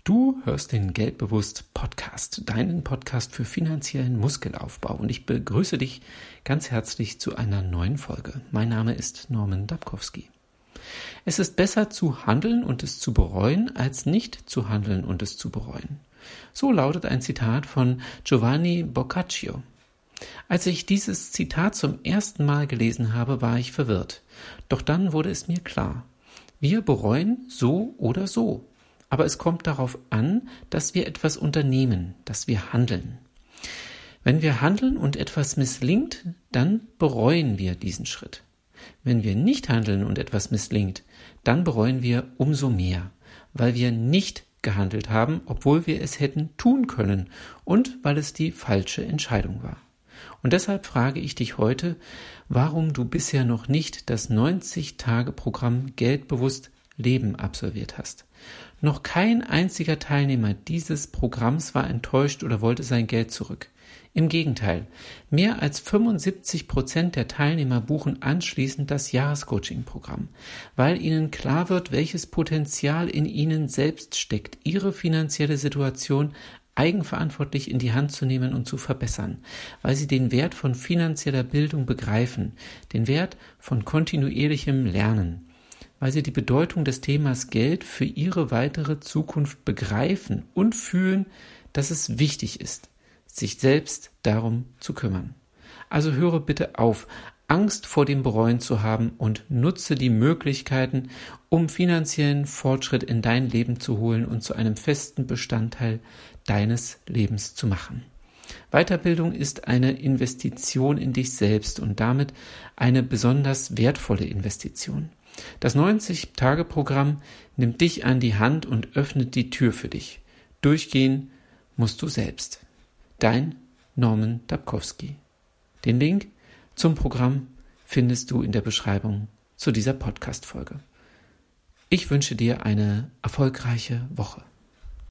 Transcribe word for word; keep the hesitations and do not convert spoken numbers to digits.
Du hörst den Geldbewusst Podcast, deinen Podcast für finanziellen Muskelaufbau, und ich begrüße dich ganz herzlich zu einer neuen Folge. Mein Name ist Norman Dabkowski. Es ist besser zu handeln und es zu bereuen, als nicht zu handeln und es zu bereuen. So lautet ein Zitat von Giovanni Boccaccio. Als ich dieses Zitat zum ersten Mal gelesen habe, war ich verwirrt. Doch dann wurde es mir klar. Wir bereuen so oder so. Aber es kommt darauf an, dass wir etwas unternehmen, dass wir handeln. Wenn wir handeln und etwas misslingt, dann bereuen wir diesen Schritt. Wenn wir nicht handeln und etwas misslingt, dann bereuen wir umso mehr, weil wir nicht gehandelt haben, obwohl wir es hätten tun können und weil es die falsche Entscheidung war. Und deshalb frage ich dich heute, warum du bisher noch nicht das neunzig-Tage-Programm Geldbewusst Leben absolviert hast. Noch kein einziger Teilnehmer dieses Programms war enttäuscht oder wollte sein Geld zurück. Im Gegenteil, mehr als fünfundsiebzig Prozent der Teilnehmer buchen anschließend das Jahrescoaching-Programm, weil ihnen klar wird, welches Potenzial in ihnen selbst steckt, ihre finanzielle Situation eigenverantwortlich in die Hand zu nehmen und zu verbessern, weil sie den Wert von finanzieller Bildung begreifen, den Wert von kontinuierlichem Lernen, weil sie die Bedeutung des Themas Geld für ihre weitere Zukunft begreifen und fühlen, dass es wichtig ist, sich selbst darum zu kümmern. Also höre bitte auf, Angst vor dem Bereuen zu haben und nutze die Möglichkeiten, um finanziellen Fortschritt in dein Leben zu holen und zu einem festen Bestandteil deines Lebens zu machen. Weiterbildung ist eine Investition in dich selbst und damit eine besonders wertvolle Investition. Das neunzig-Tage-Programm nimmt dich an die Hand und öffnet die Tür für dich. Durchgehen musst du selbst. Dein Norman Dabkowski. Den Link zum Programm findest du in der Beschreibung zu dieser Podcast-Folge. Ich wünsche dir eine erfolgreiche Woche.